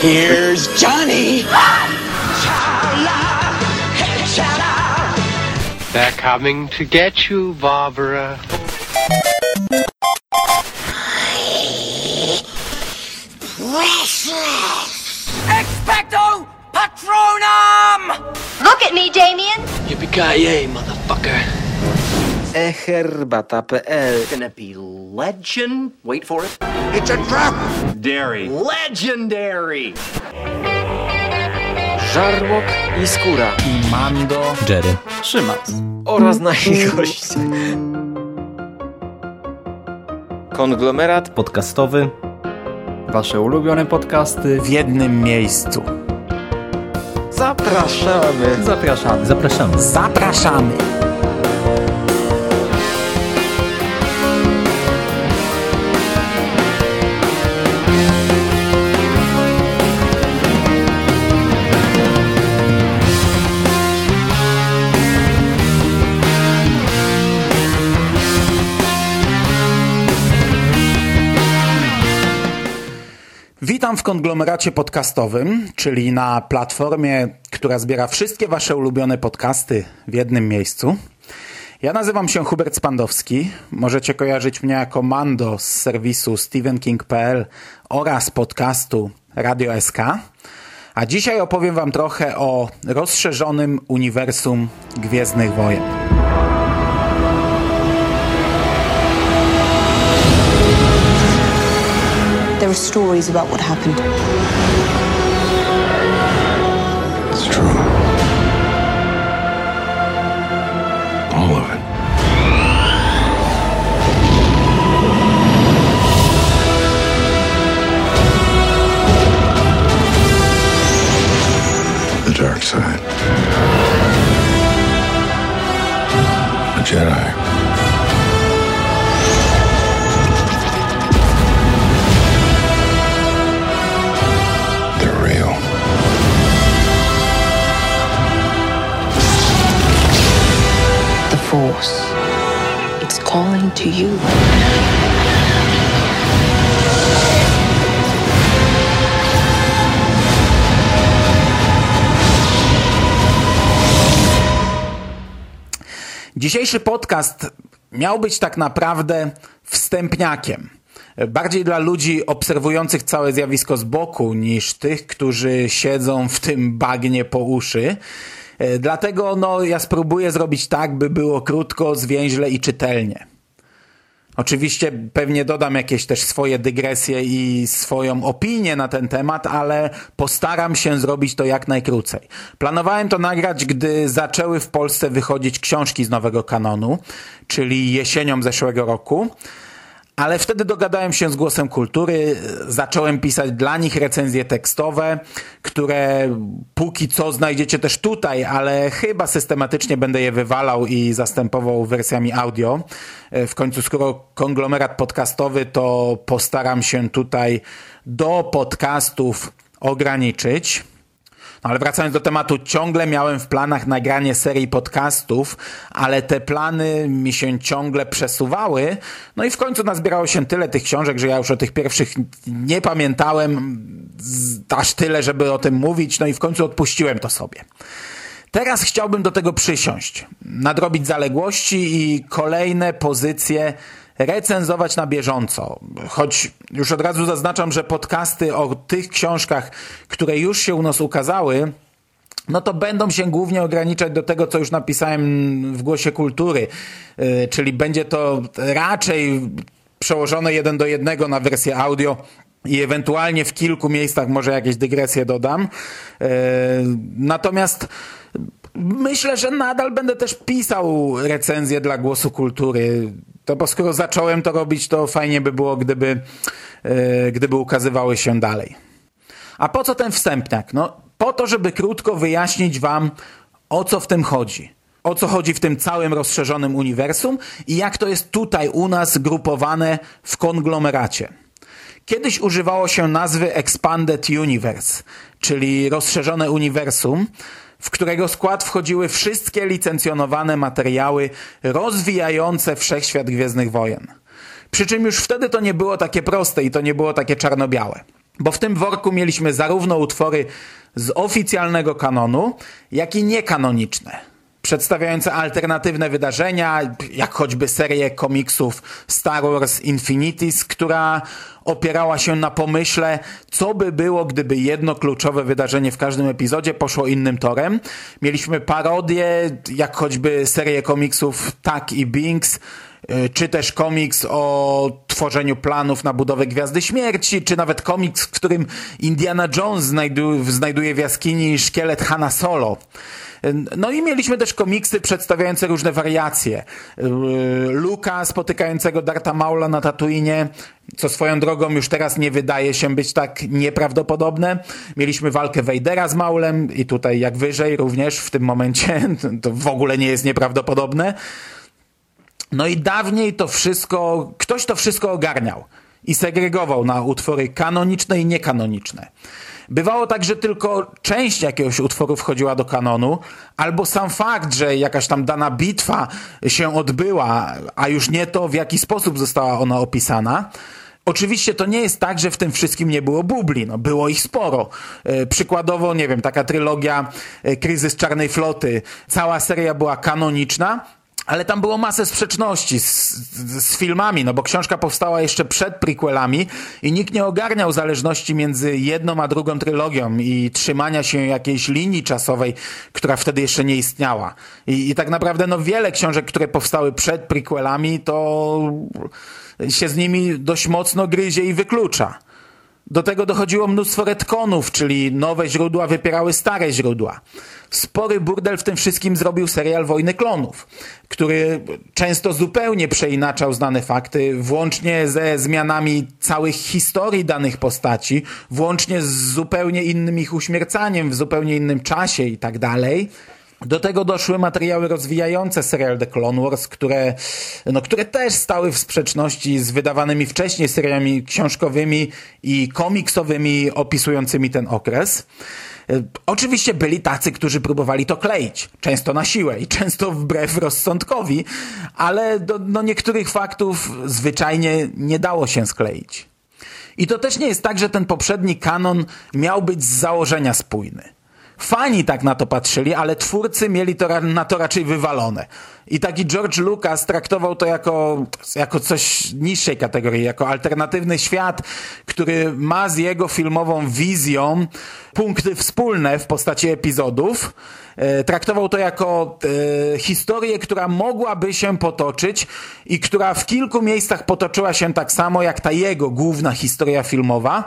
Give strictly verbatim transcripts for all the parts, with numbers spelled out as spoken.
Here's Johnny. They're coming to get you, Barbara. Precious! Expecto Patronum! Look at me, Damien! Yippee-ki-yay, motherfucker. e herbata kropka p l. Gonna be legend. Wait for it. It's a trap! Dairy. Legendary! Żarłok i Skóra. I Mando, Jerry, Szymas Oraz nasi goście. Konglomerat podcastowy. Wasze ulubione podcasty w jednym miejscu. Zapraszamy. Zapraszamy. Zapraszamy. Zapraszamy. Witam w konglomeracie podcastowym, czyli na platformie, która zbiera wszystkie wasze ulubione podcasty w jednym miejscu. Ja nazywam się Hubert Spandowski. Możecie kojarzyć mnie jako Mando z serwisu steven king kropka p l oraz podcastu Radio kropka s k. A dzisiaj opowiem wam trochę o rozszerzonym uniwersum Gwiezdnych Wojen. There are stories about what happened. It's true. All of it. The dark side. The Jedi. Force. It's calling to you. Dzisiejszy podcast miał być tak naprawdę wstępniakiem. Bardziej dla ludzi obserwujących całe zjawisko z boku niż tych, którzy siedzą w tym bagnie po uszy. Dlatego no, ja spróbuję zrobić tak, by było krótko, zwięźle i czytelnie. Oczywiście pewnie dodam jakieś też swoje dygresje i swoją opinię na ten temat, ale postaram się zrobić to jak najkrócej. Planowałem to nagrać, gdy zaczęły w Polsce wychodzić książki z nowego kanonu, czyli jesienią zeszłego roku. Ale wtedy dogadałem się z Głosem Kultury, zacząłem pisać dla nich recenzje tekstowe, które póki co znajdziecie też tutaj, ale chyba systematycznie będę je wywalał i zastępował wersjami audio. W końcu skoro konglomerat podcastowy, to postaram się tutaj do podcastów ograniczyć. No ale wracając do tematu, ciągle miałem w planach nagranie serii podcastów, ale te plany mi się ciągle przesuwały. No i w końcu nazbierało się tyle tych książek, że ja już o tych pierwszych nie pamiętałem aż tyle, żeby o tym mówić. No i w końcu odpuściłem to sobie. Teraz chciałbym do tego przysiąść, nadrobić zaległości i kolejne pozycje recenzować na bieżąco. Choć już od razu zaznaczam, że podcasty o tych książkach, które już się u nas ukazały, no to będą się głównie ograniczać do tego, co już napisałem w Głosie Kultury. Yy, czyli będzie to raczej przełożone jeden do jednego na wersję audio i ewentualnie w kilku miejscach może jakieś dygresje dodam. Yy, natomiast myślę, że nadal będę też pisał recenzje dla Głosu Kultury. To bo skoro zacząłem to robić, to fajnie by było, gdyby, yy, gdyby ukazywały się dalej. A po co ten wstępniak? No, po to, żeby krótko wyjaśnić wam, o co w tym chodzi. O co chodzi w tym całym rozszerzonym uniwersum i jak to jest tutaj u nas grupowane w konglomeracie. Kiedyś używało się nazwy Expanded Universe, czyli rozszerzone uniwersum, w którego skład wchodziły wszystkie licencjonowane materiały rozwijające wszechświat Gwiezdnych Wojen. Przy czym już wtedy to nie było takie proste i to nie było takie czarno-białe. Bo w tym worku mieliśmy zarówno utwory z oficjalnego kanonu, jak i niekanoniczne, przedstawiające alternatywne wydarzenia, jak choćby serię komiksów Star Wars Infinities, która opierała się na pomyśle, co by było, gdyby jedno kluczowe wydarzenie w każdym epizodzie poszło innym torem. Mieliśmy parodie, jak choćby serię komiksów Tak i Binks, czy też komiks o tworzeniu planów na budowę Gwiazdy Śmierci, czy nawet komiks, w którym Indiana Jones znajdu- znajduje w jaskini szkielet Hana Solo. No i mieliśmy też komiksy przedstawiające różne wariacje. Luka spotykającego Dartha Maula na Tatooine, co swoją drogą już teraz nie wydaje się być tak nieprawdopodobne. Mieliśmy walkę Vadera z Maulem i tutaj jak wyżej również w tym momencie to w ogóle nie jest nieprawdopodobne. No i dawniej to wszystko, ktoś to wszystko ogarniał i segregował na utwory kanoniczne i niekanoniczne. Bywało tak, że tylko część jakiegoś utworu wchodziła do kanonu, albo sam fakt, że jakaś tam dana bitwa się odbyła, a już nie to, w jaki sposób została ona opisana. Oczywiście to nie jest tak, że w tym wszystkim nie było bubli, no było ich sporo. E, przykładowo, nie wiem, taka trylogia e, Kryzys Czarnej Floty, cała seria była kanoniczna, ale tam było masę sprzeczności z, z, z filmami, no bo książka powstała jeszcze przed prequelami i nikt nie ogarniał zależności między jedną a drugą trylogią i trzymania się jakiejś linii czasowej, która wtedy jeszcze nie istniała. I, i tak naprawdę no wiele książek, które powstały przed prequelami, to się z nimi dość mocno gryzie i wyklucza. Do tego dochodziło mnóstwo retconów, czyli nowe źródła wypierały stare źródła. Spory burdel w tym wszystkim zrobił serial Wojny Klonów, który często zupełnie przeinaczał znane fakty, włącznie ze zmianami całych historii danych postaci, włącznie z zupełnie innym ich uśmiercaniem w zupełnie innym czasie i tak dalej. Do tego doszły materiały rozwijające serial The Clone Wars, które, no, które też stały w sprzeczności z wydawanymi wcześniej serialami książkowymi i komiksowymi opisującymi ten okres. Oczywiście byli tacy, którzy próbowali to kleić, często na siłę i często wbrew rozsądkowi, ale do, do niektórych faktów zwyczajnie nie dało się skleić. I to też nie jest tak, że ten poprzedni kanon miał być z założenia spójny. Fani tak na to patrzyli, ale twórcy mieli to na to raczej wywalone. I taki George Lucas traktował to jako, jako coś niższej kategorii, jako alternatywny świat, który ma z jego filmową wizją punkty wspólne w postaci epizodów. E, traktował to jako e, historię, która mogłaby się potoczyć i która w kilku miejscach potoczyła się tak samo jak ta jego główna historia filmowa.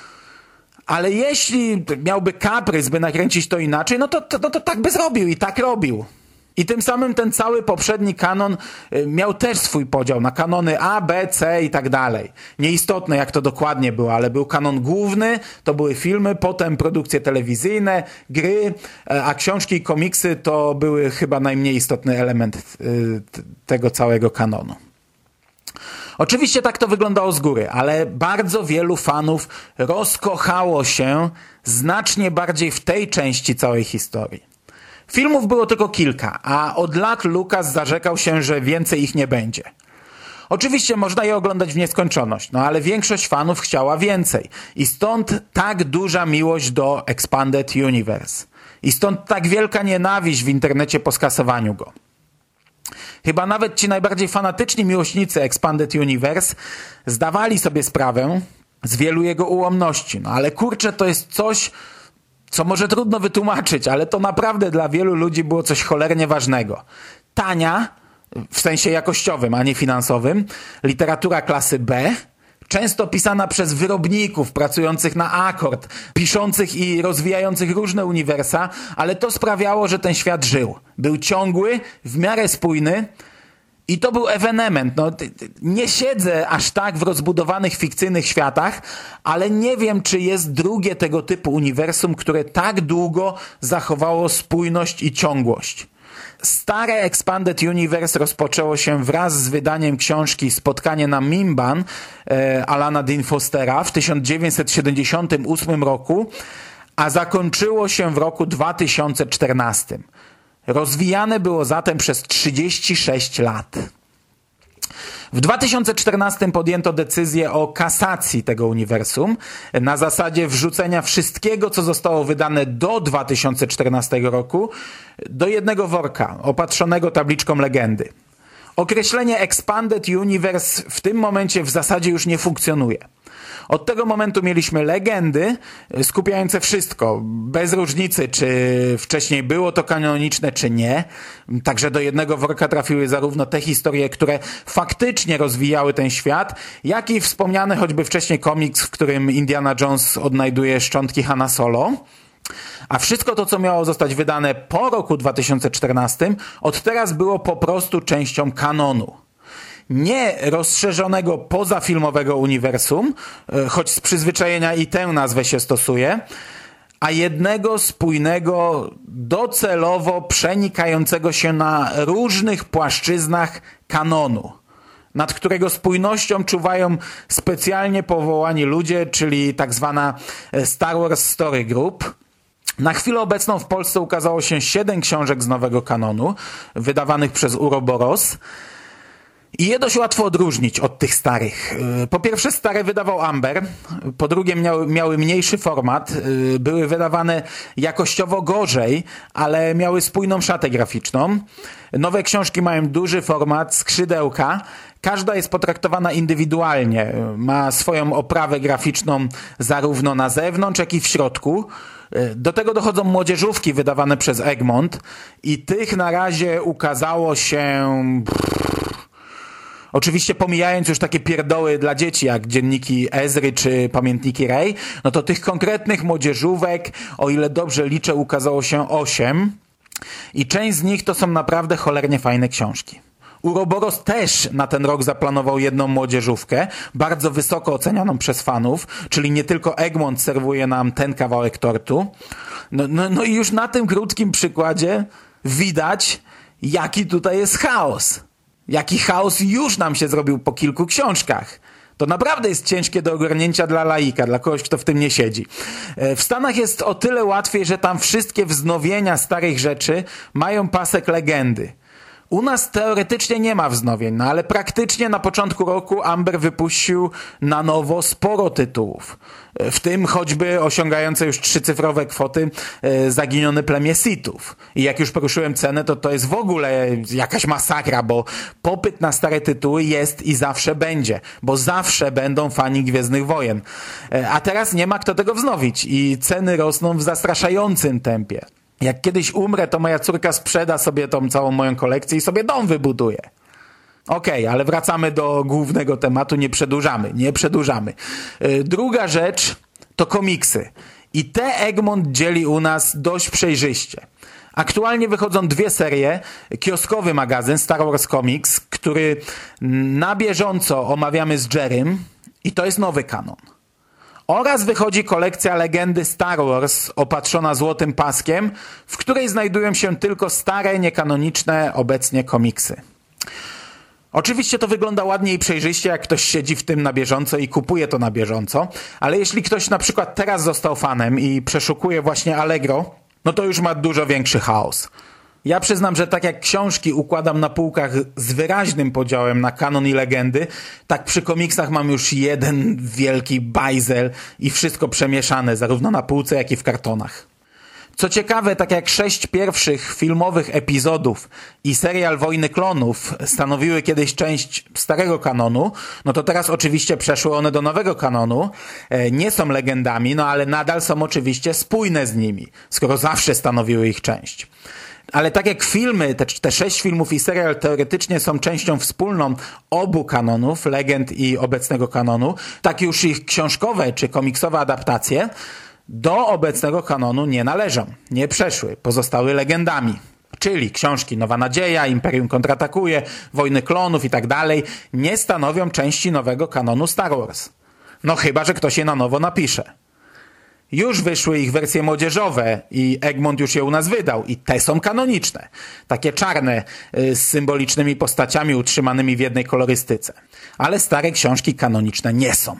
Ale jeśli miałby kaprys, by nakręcić to inaczej, no to, to, to, to tak by zrobił i tak robił. I tym samym ten cały poprzedni kanon miał też swój podział na kanony A, B, C i tak dalej. Nieistotne jak to dokładnie było, ale był kanon główny, to były filmy, potem produkcje telewizyjne, gry, a książki i komiksy to były chyba najmniej istotny element tego całego kanonu. Oczywiście tak to wyglądało z góry, ale bardzo wielu fanów rozkochało się znacznie bardziej w tej części całej historii. Filmów było tylko kilka, a od lat Lucas zarzekał się, że więcej ich nie będzie. Oczywiście można je oglądać w nieskończoność, no ale większość fanów chciała więcej i stąd tak duża miłość do Expanded Universe. I stąd tak wielka nienawiść w internecie po skasowaniu go. Chyba nawet ci najbardziej fanatyczni miłośnicy Expanded Universe zdawali sobie sprawę z wielu jego ułomności. No ale kurczę, to jest coś, co może trudno wytłumaczyć, ale to naprawdę dla wielu ludzi było coś cholernie ważnego. Tania, w sensie jakościowym, a nie finansowym, literatura klasy B, często pisana przez wyrobników pracujących na akord, piszących i rozwijających różne uniwersa, ale to sprawiało, że ten świat żył. Był ciągły, w miarę spójny i to był ewenement. No, nie siedzę aż tak w rozbudowanych fikcyjnych światach, ale nie wiem, czy jest drugie tego typu uniwersum, które tak długo zachowało spójność i ciągłość. Stare Expanded Universe rozpoczęło się wraz z wydaniem książki Spotkanie na Mimban e, Alana Dean Fostera w tysiąc dziewięćset siedemdziesiątym ósmym roku, a zakończyło się w roku dwa tysiące czternastym. Rozwijane było zatem przez trzydzieści sześć lat. W dwa tysiące czternastym podjęto decyzję o kasacji tego uniwersum na zasadzie wrzucenia wszystkiego, co zostało wydane do dwa tysiące czternastego roku, do jednego worka opatrzonego tabliczką legendy. Określenie Expanded Universe w tym momencie w zasadzie już nie funkcjonuje. Od tego momentu mieliśmy legendy skupiające wszystko, bez różnicy, czy wcześniej było to kanoniczne, czy nie. Także do jednego worka trafiły zarówno te historie, które faktycznie rozwijały ten świat, jak i wspomniany choćby wcześniej komiks, w którym Indiana Jones odnajduje szczątki Hana Solo. A wszystko to, co miało zostać wydane po roku dwa tysiące czternastym, od teraz było po prostu częścią kanonu. Nie rozszerzonego pozafilmowego uniwersum, choć z przyzwyczajenia i tę nazwę się stosuje, a jednego spójnego, docelowo przenikającego się na różnych płaszczyznach kanonu, nad którego spójnością czuwają specjalnie powołani ludzie, czyli tak zwana Star Wars Story Group. Na chwilę obecną w Polsce ukazało się siedem książek z nowego kanonu, wydawanych przez Uroboros. I je dość łatwo odróżnić od tych starych. Po pierwsze, stare wydawał Amber, po drugie miały, miały mniejszy format, były wydawane jakościowo gorzej, ale miały spójną szatę graficzną. Nowe książki mają duży format, skrzydełka, każda jest potraktowana indywidualnie, ma swoją oprawę graficzną zarówno na zewnątrz, jak i w środku. Do tego dochodzą młodzieżówki wydawane przez Egmont i tych na razie ukazało się... Oczywiście pomijając już takie pierdoły dla dzieci, jak dzienniki Ezry czy pamiętniki Rey, no to tych konkretnych młodzieżówek, o ile dobrze liczę, ukazało się osiem i część z nich to są naprawdę cholernie fajne książki. Uroboros też na ten rok zaplanował jedną młodzieżówkę, bardzo wysoko ocenianą przez fanów, czyli nie tylko Egmont serwuje nam ten kawałek tortu. No, no, no i już na tym krótkim przykładzie widać, jaki tutaj jest chaos. Jaki chaos już nam się zrobił po kilku książkach. To naprawdę jest ciężkie do ogarnięcia dla laika, dla kogoś, kto w tym nie siedzi. W Stanach jest o tyle łatwiej, że tam wszystkie wznowienia starych rzeczy mają pasek legendy. U nas teoretycznie nie ma wznowień, no ale praktycznie na początku roku Amber wypuścił na nowo sporo tytułów. W tym choćby osiągające już trzycyfrowe kwoty e, Zaginione plemię Sithów. I jak już poruszyłem cenę, to to jest w ogóle jakaś masakra, bo popyt na stare tytuły jest i zawsze będzie, bo zawsze będą fani Gwiezdnych Wojen. E, a teraz nie ma kto tego wznowić i ceny rosną w zastraszającym tempie. Jak kiedyś umrę, to moja córka sprzeda sobie tą całą moją kolekcję i sobie dom wybuduje. Okej, okay, ale wracamy do głównego tematu, nie przedłużamy, nie przedłużamy. Yy, druga rzecz to komiksy. I te Egmont dzieli u nas dość przejrzyście. Aktualnie wychodzą dwie serie. Kioskowy magazyn Star Wars Comics, który na bieżąco omawiamy z Jerrym i to jest nowy kanon. Oraz wychodzi kolekcja Legendy Star Wars opatrzona złotym paskiem, w której znajdują się tylko stare, niekanoniczne obecnie komiksy. Oczywiście to wygląda ładnie i przejrzyście, jak ktoś siedzi w tym na bieżąco i kupuje to na bieżąco, ale jeśli ktoś na przykład teraz został fanem i przeszukuje właśnie Allegro, no to już ma dużo większy chaos. Ja przyznam, że tak jak książki układam na półkach z wyraźnym podziałem na kanon i legendy, tak przy komiksach mam już jeden wielki bajzel i wszystko przemieszane, zarówno na półce, jak i w kartonach. Co ciekawe, tak jak sześć pierwszych filmowych epizodów i serial Wojny Klonów stanowiły kiedyś część starego kanonu, no to teraz oczywiście przeszły one do nowego kanonu. Nie są legendami, no ale nadal są oczywiście spójne z nimi, skoro zawsze stanowiły ich część. Ale tak jak filmy, te, te sześć filmów i serial teoretycznie są częścią wspólną obu kanonów, legend i obecnego kanonu, tak już ich książkowe czy komiksowe adaptacje do obecnego kanonu nie należą, nie przeszły, pozostały legendami. Czyli książki Nowa Nadzieja, Imperium kontratakuje, Wojny Klonów i tak dalej nie stanowią części nowego kanonu Star Wars. No chyba, że ktoś je na nowo napisze. Już wyszły ich wersje młodzieżowe i Egmont już je u nas wydał i te są kanoniczne. Takie czarne, z symbolicznymi postaciami utrzymanymi w jednej kolorystyce. Ale stare książki kanoniczne nie są.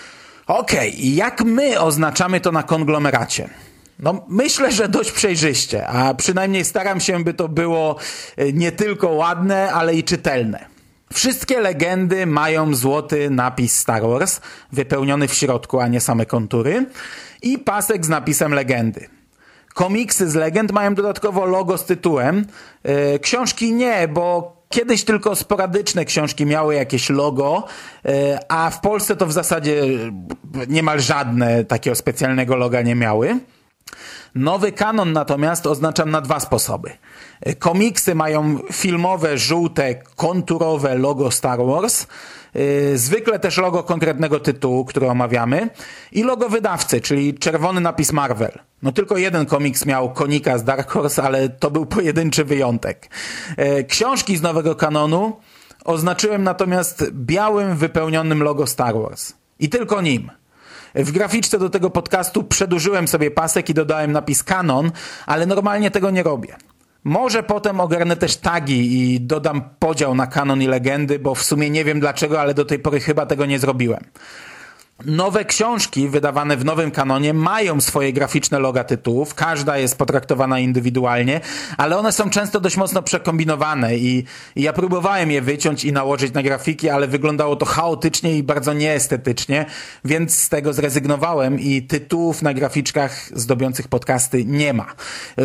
Okej, okay, jak my oznaczamy to na konglomeracie? No myślę, że dość przejrzyście, a przynajmniej staram się, by to było nie tylko ładne, ale i czytelne. Wszystkie legendy mają złoty napis Star Wars, wypełniony w środku, a nie same kontury, i pasek z napisem legendy. Komiksy z legend mają dodatkowo logo z tytułem. Yy, książki nie, bo kiedyś tylko sporadyczne książki miały jakieś logo, yy, a w Polsce to w zasadzie niemal żadne takiego specjalnego loga nie miały. Nowy kanon natomiast oznaczam na dwa sposoby. Komiksy mają filmowe, żółte, konturowe logo Star Wars, yy, zwykle też logo konkretnego tytułu, który omawiamy, i logo wydawcy, czyli czerwony napis Marvel. No tylko jeden komiks miał konika z Dark Horse, ale to był pojedynczy wyjątek. Yy, książki z nowego kanonu oznaczyłem natomiast białym, wypełnionym logo Star Wars. I tylko nim. W graficzce do tego podcastu przedłużyłem sobie pasek i dodałem napis Canon, ale normalnie tego nie robię. Może potem ogarnę też tagi i dodam podział na kanon i legendy, bo w sumie nie wiem dlaczego, ale do tej pory chyba tego nie zrobiłem. Nowe książki wydawane w nowym kanonie mają swoje graficzne loga tytułów, każda jest potraktowana indywidualnie, ale one są często dość mocno przekombinowane i, i ja próbowałem je wyciąć i nałożyć na grafiki, ale wyglądało to chaotycznie i bardzo nieestetycznie, więc z tego zrezygnowałem i tytułów na graficzkach zdobiących podcasty nie ma. Yy...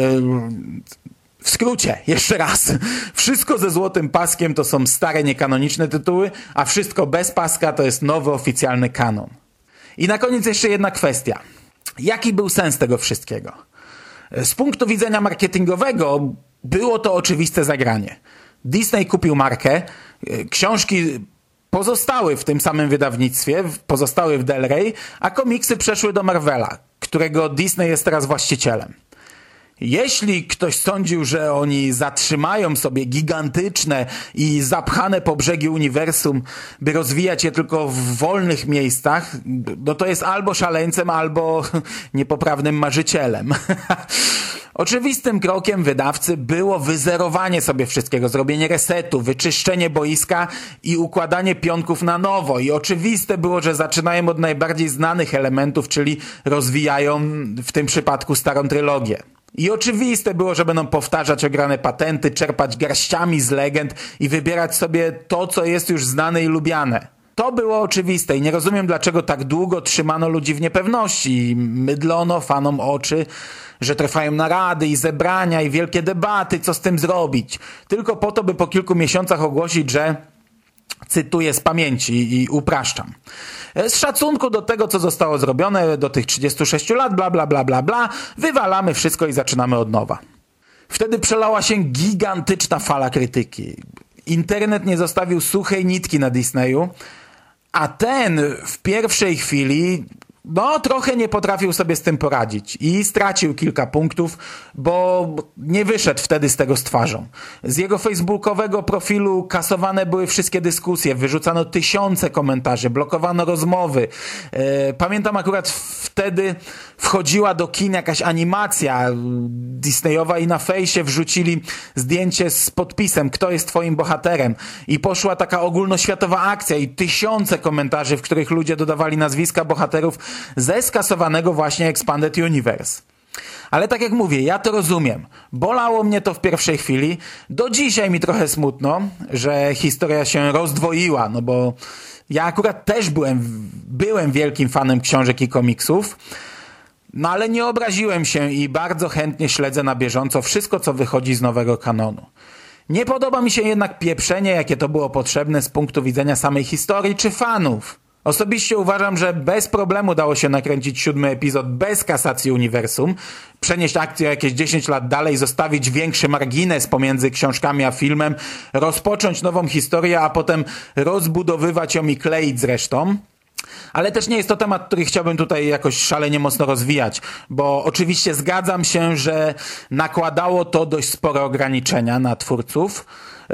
W skrócie, jeszcze raz, wszystko ze złotym paskiem to są stare, niekanoniczne tytuły, a wszystko bez paska to jest nowy, oficjalny kanon. I na koniec jeszcze jedna kwestia. Jaki był sens tego wszystkiego? Z punktu widzenia marketingowego było to oczywiste zagranie. Disney kupił markę, książki pozostały w tym samym wydawnictwie, pozostały w Del Rey, a komiksy przeszły do Marvela, którego Disney jest teraz właścicielem. Jeśli ktoś sądził, że oni zatrzymają sobie gigantyczne i zapchane po brzegi uniwersum, by rozwijać je tylko w wolnych miejscach, no to jest albo szaleńcem, albo niepoprawnym marzycielem. Oczywistym krokiem wydawcy było wyzerowanie sobie wszystkiego, zrobienie resetu, wyczyszczenie boiska i układanie pionków na nowo. I oczywiste było, że zaczynają od najbardziej znanych elementów, czyli rozwijają w tym przypadku starą trylogię. I oczywiste było, że będą powtarzać ograne patenty, czerpać garściami z legend i wybierać sobie to, co jest już znane i lubiane. To było oczywiste i nie rozumiem, dlaczego tak długo trzymano ludzi w niepewności i mydlono fanom oczy, że trwają narady i zebrania i wielkie debaty, co z tym zrobić. Tylko po to, by po kilku miesiącach ogłosić, że cytuję z pamięci i upraszczam. Z szacunku do tego, co zostało zrobione, do tych trzydziestu sześciu lat, bla, bla, bla, bla, bla, wywalamy wszystko i zaczynamy od nowa. Wtedy przelała się gigantyczna fala krytyki. Internet nie zostawił suchej nitki na Disneyu, a ten w pierwszej chwili no trochę nie potrafił sobie z tym poradzić i stracił kilka punktów, bo nie wyszedł wtedy z tego z twarzą. Z jego facebookowego profilu kasowane były wszystkie dyskusje, wyrzucano tysiące komentarzy, blokowano rozmowy. Pamiętam akurat wtedy wchodziła do kin jakaś animacja Disneyowa i na fejsie wrzucili zdjęcie z podpisem, kto jest twoim bohaterem, i poszła taka ogólnoświatowa akcja i tysiące komentarzy, w których ludzie dodawali nazwiska bohaterów ze skasowanego właśnie Expanded Universe. Ale tak jak mówię, ja to rozumiem. Bolało mnie to w pierwszej chwili. Do dzisiaj mi trochę smutno, że historia się rozdwoiła, no bo ja akurat też byłem, byłem wielkim fanem książek i komiksów, no ale nie obraziłem się i bardzo chętnie śledzę na bieżąco wszystko, co wychodzi z nowego kanonu. Nie podoba mi się jednak pieprzenie, jakie to było potrzebne z punktu widzenia samej historii czy fanów. Osobiście uważam, że bez problemu dało się nakręcić siódmy epizod bez kasacji uniwersum, przenieść akcję jakieś dziesięć lat dalej, zostawić większy margines pomiędzy książkami a filmem, rozpocząć nową historię, a potem rozbudowywać ją i kleić z resztą. Ale też nie jest to temat, który chciałbym tutaj jakoś szalenie mocno rozwijać, bo oczywiście zgadzam się, że nakładało to dość spore ograniczenia na twórców,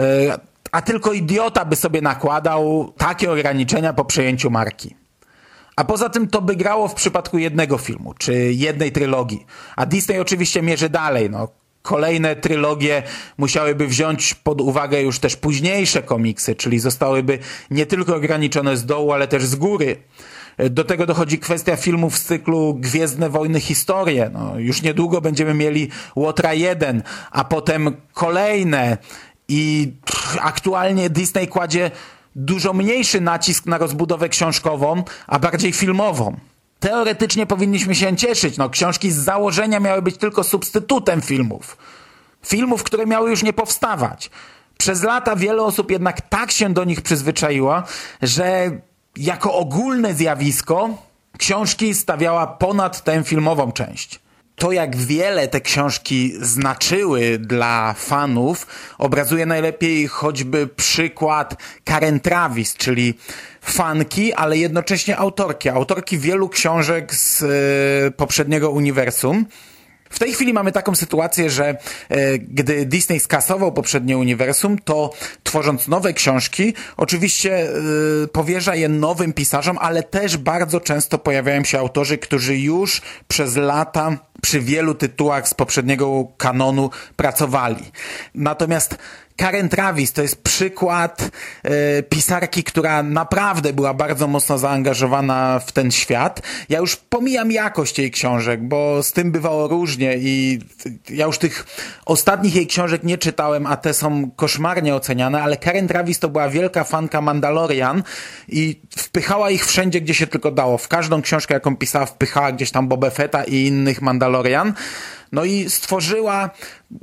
a tylko idiota by sobie nakładał takie ograniczenia po przejęciu marki. A poza tym to by grało w przypadku jednego filmu, czy jednej trylogii. A Disney oczywiście mierzy dalej. No, kolejne trylogie musiałyby wziąć pod uwagę już też późniejsze komiksy, czyli zostałyby nie tylko ograniczone z dołu, ale też z góry. Do tego dochodzi kwestia filmów z cyklu Gwiezdne Wojny Historie. No, już niedługo będziemy mieli Łotra jeden, a potem kolejne i... aktualnie Disney kładzie dużo mniejszy nacisk na rozbudowę książkową, a bardziej filmową. Teoretycznie powinniśmy się cieszyć. No, książki z założenia miały być tylko substytutem filmów. Filmów, które miały już nie powstawać. Przez lata wiele osób jednak tak się do nich przyzwyczaiło, że jako ogólne zjawisko książki stawiała ponad tę filmową część. To, jak wiele te książki znaczyły dla fanów, obrazuje najlepiej choćby przykład Karen Traviss, czyli fanki, ale jednocześnie autorki. Autorki wielu książek z y, poprzedniego uniwersum. W tej chwili mamy taką sytuację, że e, gdy Disney skasował poprzednie uniwersum, to tworząc nowe książki, oczywiście e, powierza je nowym pisarzom, ale też bardzo często pojawiają się autorzy, którzy już przez lata przy wielu tytułach z poprzedniego kanonu pracowali. Natomiast Karen Traviss to jest przykład e, pisarki, która naprawdę była bardzo mocno zaangażowana w ten świat. Ja już pomijam jakość jej książek, bo z tym bywało różnie i ja już tych ostatnich jej książek nie czytałem, a te są koszmarnie oceniane, ale Karen Traviss to była wielka fanka Mandalorian i wpychała ich wszędzie, gdzie się tylko dało. W każdą książkę, jaką pisała, wpychała gdzieś tam Boba Fetta i innych Mandalorian. No i stworzyła,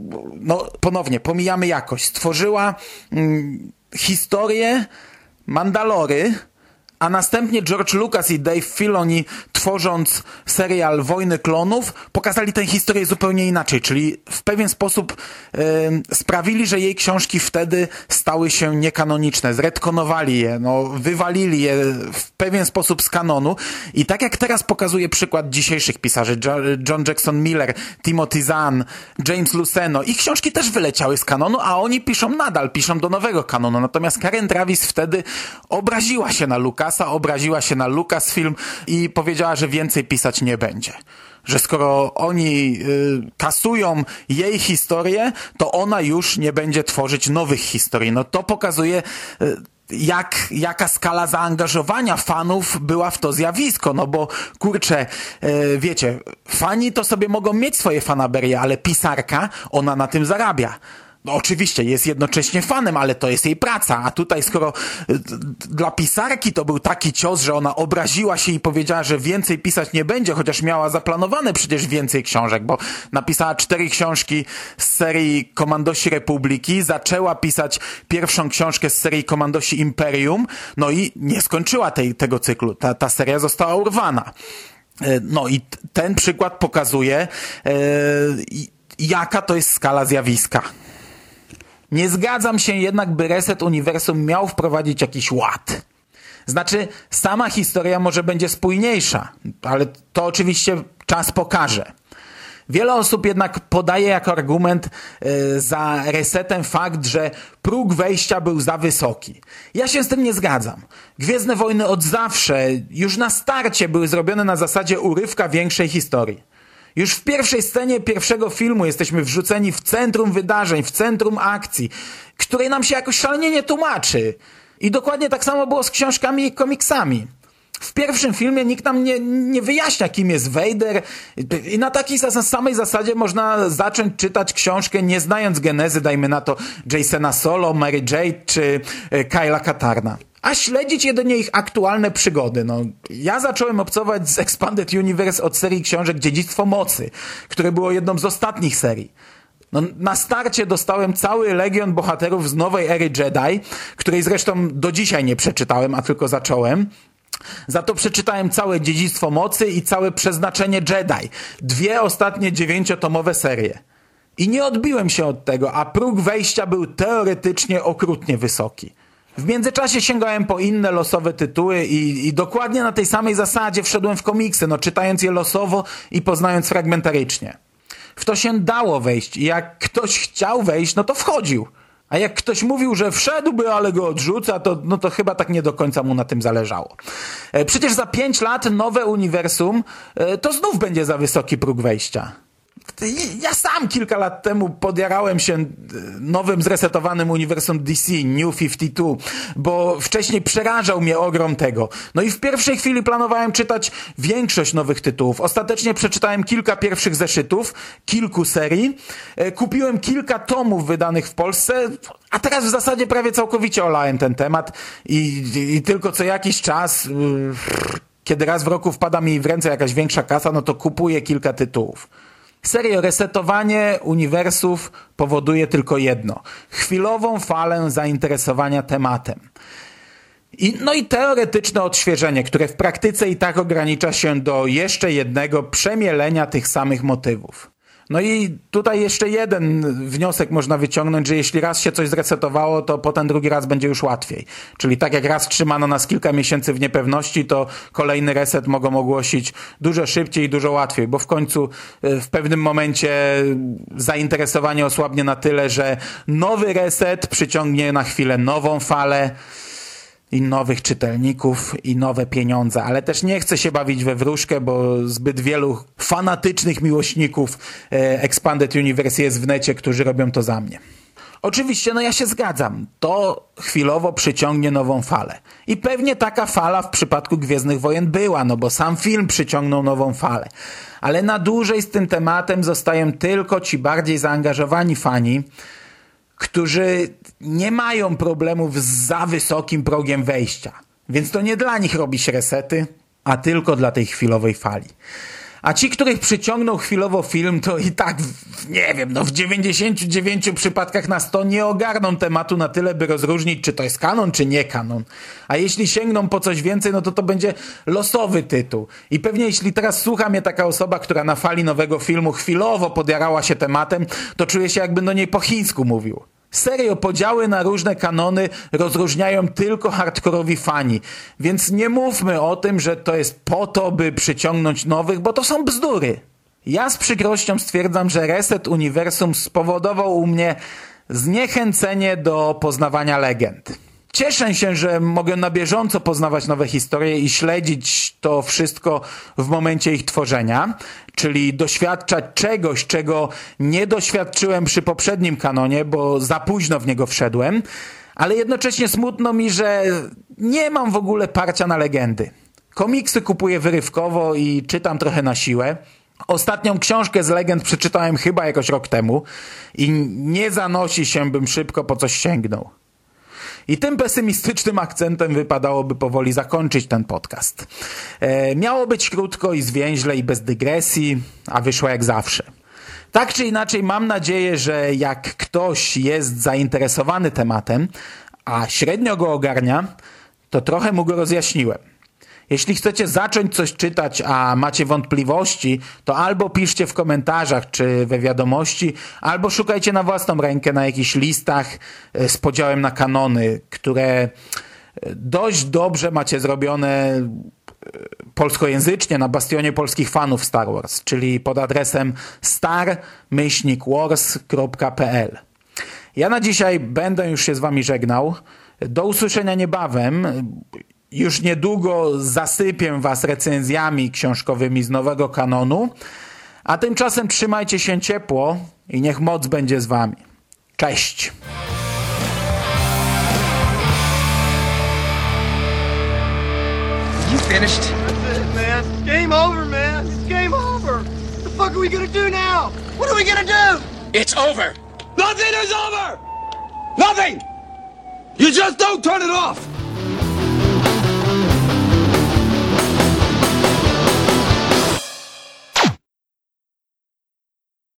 no ponownie, pomijamy jakość, stworzyła mm, historię Mandalory, a następnie George Lucas i Dave Filoni, tworząc serial Wojny Klonów, pokazali tę historię zupełnie inaczej, czyli w pewien sposób y, sprawili, że jej książki wtedy stały się niekanoniczne, zretkonowali je, no, wywalili je w pewien sposób z kanonu i tak jak teraz pokazuje przykład dzisiejszych pisarzy, John Jackson Miller, Timothy Zahn, James Luceno, ich książki też wyleciały z kanonu, a oni piszą nadal, piszą do nowego kanonu, natomiast Karen Traviss wtedy obraziła się na Lucas, obraziła się na Lucasfilm i powiedziała, że więcej pisać nie będzie. Że skoro oni y, kasują jej historię, to ona już nie będzie tworzyć nowych historii. No to pokazuje y, jak, jaka skala zaangażowania fanów była w to zjawisko, no bo kurczę, y, wiecie, fani to sobie mogą mieć swoje fanaberie, ale pisarka, ona na tym zarabia. No oczywiście jest jednocześnie fanem, ale to jest jej praca, a tutaj skoro y, dla pisarki to był taki cios, że ona obraziła się i powiedziała, że więcej pisać nie będzie, chociaż miała zaplanowane przecież więcej książek, bo napisała cztery książki z serii Komandosi Republiki, zaczęła pisać pierwszą książkę z serii Komandosi Imperium, no i nie skończyła tej, tego cyklu, ta, ta seria została urwana. Y, no i t- ten przykład pokazuje, y, jaka to jest skala zjawiska. Nie zgadzam się jednak, by Reset Uniwersum miał wprowadzić jakiś ład. Znaczy, sama historia może będzie spójniejsza, ale to oczywiście czas pokaże. Wiele osób jednak podaje jako argument yy, za resetem fakt, że próg wejścia był za wysoki. Ja się z tym nie zgadzam. Gwiezdne Wojny od zawsze, już na starcie, były zrobione na zasadzie urywka większej historii. Już w pierwszej scenie pierwszego filmu jesteśmy wrzuceni w centrum wydarzeń, w centrum akcji, której nam się jakoś szalenie nie tłumaczy. I dokładnie tak samo było z książkami i komiksami. W pierwszym filmie nikt nam nie, nie wyjaśnia, kim jest Vader i na takiej samej zasadzie można zacząć czytać książkę, nie znając genezy, dajmy na to Jasona Solo, Mary Jade czy Kyla Katarna. A śledzić jedynie ich aktualne przygody. No, ja zacząłem obcować z Expanded Universe od serii książek Dziedzictwo Mocy, które było jedną z ostatnich serii. No, na starcie dostałem cały legion bohaterów z nowej ery Jedi, której zresztą do dzisiaj nie przeczytałem, a tylko zacząłem. Za to przeczytałem całe Dziedzictwo Mocy i całe Przeznaczenie Jedi. Dwie ostatnie dziewięciotomowe serie. I nie odbiłem się od tego, a próg wejścia był teoretycznie okrutnie wysoki. W międzyczasie sięgałem po inne losowe tytuły i, i dokładnie na tej samej zasadzie wszedłem w komiksy, no czytając je losowo i poznając fragmentarycznie. W to się dało wejść i jak ktoś chciał wejść, no to wchodził. A jak ktoś mówił, że wszedłby, ale go odrzuca, to, no to chyba tak nie do końca mu na tym zależało. E, przecież za pięć lat nowe uniwersum e, to znów będzie za wysoki próg wejścia. Ja sam kilka lat temu podjarałem się nowym zresetowanym uniwersum D C, New pięćdziesiąt dwa, bo wcześniej przerażał mnie ogrom tego. No i w pierwszej chwili planowałem czytać większość nowych tytułów. Ostatecznie przeczytałem kilka pierwszych zeszytów, kilku serii. Kupiłem kilka tomów wydanych w Polsce, a teraz w zasadzie prawie całkowicie olałem ten temat i, i tylko co jakiś czas... Yy, kiedy raz w roku wpada mi w ręce jakaś większa kasa, no to kupuję kilka tytułów. Serio, resetowanie uniwersów powoduje tylko jedno. Chwilową falę zainteresowania tematem. I, no i teoretyczne odświeżenie, które w praktyce i tak ogranicza się do jeszcze jednego przemielenia tych samych motywów. No i tutaj jeszcze jeden wniosek można wyciągnąć, że jeśli raz się coś zresetowało, to potem drugi raz będzie już łatwiej. Czyli tak jak raz trzymano nas kilka miesięcy w niepewności, to kolejny reset mogą ogłosić dużo szybciej i dużo łatwiej, bo w końcu w pewnym momencie zainteresowanie osłabnie na tyle, że nowy reset przyciągnie na chwilę nową falę i nowych czytelników i nowe pieniądze, ale też nie chcę się bawić we wróżkę, bo zbyt wielu fanatycznych miłośników e, Expanded Universe jest w necie, którzy robią to za mnie. Oczywiście, no ja się zgadzam, to chwilowo przyciągnie nową falę. I pewnie taka fala w przypadku Gwiezdnych Wojen była, no bo sam film przyciągnął nową falę. Ale na dłużej z tym tematem zostają tylko ci bardziej zaangażowani fani, którzy nie mają problemów z za wysokim progiem wejścia. Więc to nie dla nich robi się resety, a tylko dla tej chwilowej fali. A ci, których przyciągnął chwilowo film, to i tak, w, nie wiem, no w dziewięćdziesięciu dziewięciu przypadkach na sto nie ogarną tematu na tyle, by rozróżnić, czy to jest kanon, czy nie kanon. A jeśli sięgną po coś więcej, no to to będzie losowy tytuł. I pewnie jeśli teraz słucha mnie taka osoba, która na fali nowego filmu chwilowo podjarała się tematem, to czuje się, jakbym do niej po chińsku mówił. Serio, podziały na różne kanony rozróżniają tylko hardkorowi fani, więc nie mówmy o tym, że to jest po to, by przyciągnąć nowych, bo to są bzdury. Ja z przykrością stwierdzam, że reset uniwersum spowodował u mnie zniechęcenie do poznawania legend. Cieszę się, że mogę na bieżąco poznawać nowe historie i śledzić to wszystko w momencie ich tworzenia, czyli doświadczać czegoś, czego nie doświadczyłem przy poprzednim kanonie, bo za późno w niego wszedłem, ale jednocześnie smutno mi, że nie mam w ogóle parcia na legendy. Komiksy kupuję wyrywkowo i czytam trochę na siłę. Ostatnią książkę z legend przeczytałem chyba jakoś rok temu i nie zanosi się, bym szybko po coś sięgnął. I tym pesymistycznym akcentem wypadałoby powoli zakończyć ten podcast. E, miało być krótko i zwięźle i bez dygresji, a wyszło jak zawsze. Tak czy inaczej mam nadzieję, że jak ktoś jest zainteresowany tematem, a średnio go ogarnia, to trochę mu go rozjaśniłem. Jeśli chcecie zacząć coś czytać, a macie wątpliwości, to albo piszcie w komentarzach czy we wiadomości, albo szukajcie na własną rękę na jakichś listach z podziałem na kanony, które dość dobrze macie zrobione polskojęzycznie na bastionie polskich fanów Star Wars, czyli pod adresem star myślnik wars kropka p l. Ja na dzisiaj będę już się z wami żegnał. Do usłyszenia niebawem. Już niedługo zasypię was recenzjami książkowymi z nowego kanonu, a tymczasem trzymajcie się ciepło i niech moc będzie z wami. Cześć! You finished? That's it, man. Game over, man. It's game over. What the fuck are we gonna do now? What are we gonna do? It's over. Nothing is over. Nothing. You just don't turn it off.